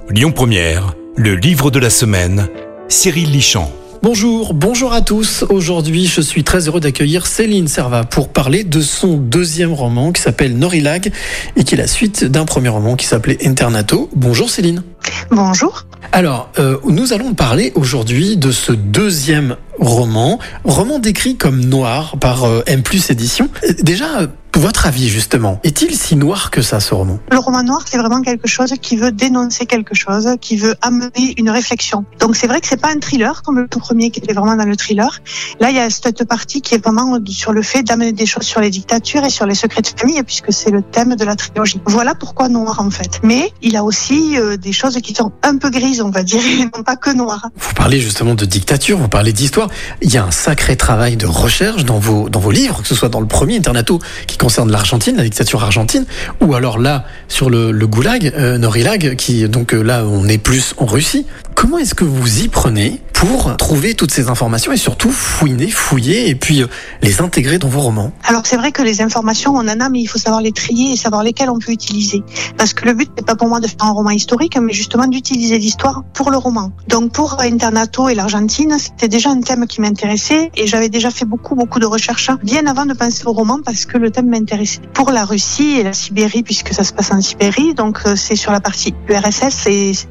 Lyon Première, le livre de la semaine, Cyril Lichamp. Bonjour à tous. Aujourd'hui, je suis très heureux d'accueillir Céline Servat pour parler de son deuxième roman qui s'appelle Norilag et qui est la suite d'un premier roman qui s'appelait Internato. Bonjour Céline. Bonjour. Alors, nous allons parler aujourd'hui de ce deuxième roman décrit comme noir par M+ Éditions. Déjà, votre avis justement, est-il si noir que ça, ce roman ? Le roman noir, c'est vraiment quelque chose qui veut dénoncer quelque chose, qui veut amener une réflexion. Donc c'est vrai que c'est pas un thriller comme le tout premier qui était vraiment dans le thriller. Là, il y a cette partie qui est vraiment sur le fait d'amener des choses sur les dictatures et sur les secrets de famille, puisque c'est le thème de la trilogie. Voilà pourquoi noir en fait. Mais il a aussi des choses qui sont un peu grises, on va dire, et non pas que noires. Vous parlez justement de dictature, vous parlez d'histoire. Il y a un sacré travail de recherche dans vos livres, que ce soit dans le premier Internato qui concerne l'Argentine, la dictature argentine, ou alors là sur le goulag, Norilag, qui donc là on est plus en Russie. Comment est-ce que vous y prenez pour trouver toutes ces informations et surtout fouiller et puis les intégrer dans vos romans ? Alors c'est vrai que les informations on en a, mais il faut savoir les trier et savoir lesquelles on peut utiliser. Parce que le but n'est pas pour moi de faire un roman historique, mais justement d'utiliser l'histoire pour le roman. Donc pour Internato et l'Argentine, c'était déjà un thème qui m'intéressait et j'avais déjà fait beaucoup de recherches bien avant de penser au roman parce que le thème m'intéressait. Pour la Russie et la Sibérie, puisque ça se passe en Sibérie, donc c'est sur la partie URSS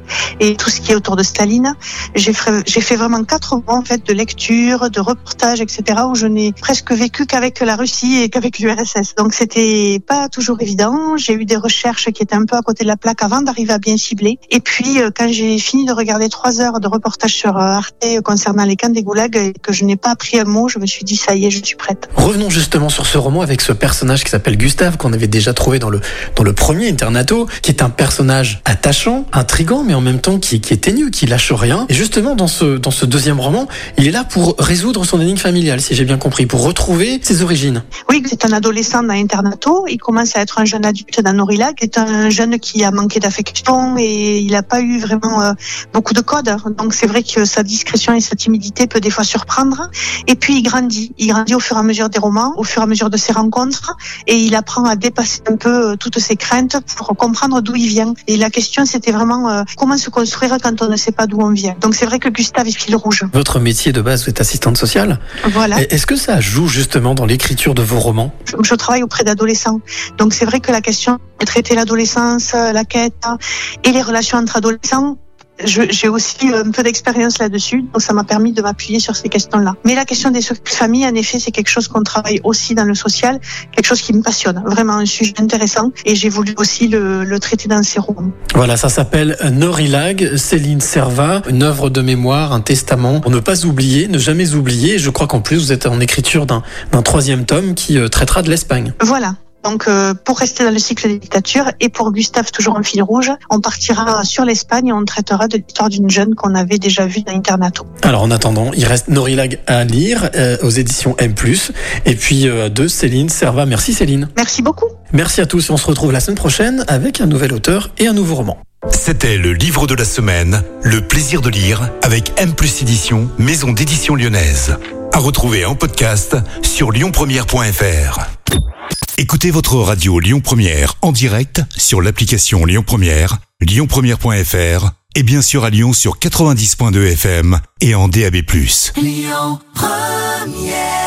et tout ce qui est autour de Staline. J'ai fait vraiment 4 mois en fait de lecture, de reportage, etc. où je n'ai presque vécu qu'avec la Russie et qu'avec l'URSS. Donc c'était pas toujours évident. J'ai eu des recherches qui étaient un peu à côté de la plaque avant d'arriver à bien cibler. Et puis quand j'ai fini de regarder 3 heures de reportage sur Arte concernant les camps des goulags et que je n'ai pas appris un mot, je me suis dit ça y est, je suis prête. Revenons justement sur ce roman avec ce personnage qui s'appelle Gustave, qu'on avait déjà trouvé dans le premier Internato, qui est un personnage attachant, intriguant, mais en même temps qui est teigneux, qui lâche rien. Et justement, dans ce deuxième roman, il est là pour résoudre son énigme familiale, si j'ai bien compris, pour retrouver ses origines. Oui, c'est un adolescent dans Internato. Il commence à être un jeune adulte dans Norilag. C'est un jeune qui a manqué d'affection et il n'a pas eu vraiment beaucoup de codes. Donc c'est vrai que sa discrétion et sa timidité peut des fois surprendre. Et puis il grandit. Il grandit au fur et à mesure des romans, au fur et à mesure de ses rencontres. Et il apprend à dépasser un peu toutes ses craintes pour comprendre d'où il vient. Et la question, c'était vraiment comment se construire quand on ne sait pas d'où on vient. Donc c'est vrai que Gustave est fil rouge. Votre métier de base, vous êtes assistante sociale. Voilà. Est-ce que ça joue justement dans l'écriture de vos romans ? Je travaille auprès d'adolescents. Donc c'est vrai que la question de traiter l'adolescence, la quête et les relations entre adolescents, j'ai aussi un peu d'expérience là-dessus, donc ça m'a permis de m'appuyer sur ces questions-là. Mais la question des secrets de famille, en effet, c'est quelque chose qu'on travaille aussi dans le social, quelque chose qui me passionne, vraiment un sujet intéressant, et j'ai voulu aussi le traiter dans ces romans. Voilà, ça s'appelle Norilag, Céline Servat, une œuvre de mémoire, un testament pour ne pas oublier, ne jamais oublier. Je crois qu'en plus vous êtes en écriture d'un 3e tome qui traitera de l'Espagne. Voilà. Donc pour rester dans le cycle des dictatures et pour Gustave toujours en fil rouge, on partira sur l'Espagne et on traitera de l'histoire d'une jeune qu'on avait déjà vue dans Internato. Alors en attendant, il reste Norilag à lire aux éditions M+. Et puis de Céline Servat. Merci Céline. Merci beaucoup. Merci à tous. On se retrouve la semaine prochaine avec un nouvel auteur et un nouveau roman. C'était le livre de la semaine, Le plaisir de lire avec M+ Éditions, maison d'édition lyonnaise. À retrouver en podcast sur lyonpremière.fr. Écoutez votre radio Lyon Première en direct sur l'application Lyon Première, lyonpremière.fr et bien sûr à Lyon sur 90.2 FM et en DAB+. Lyon Première.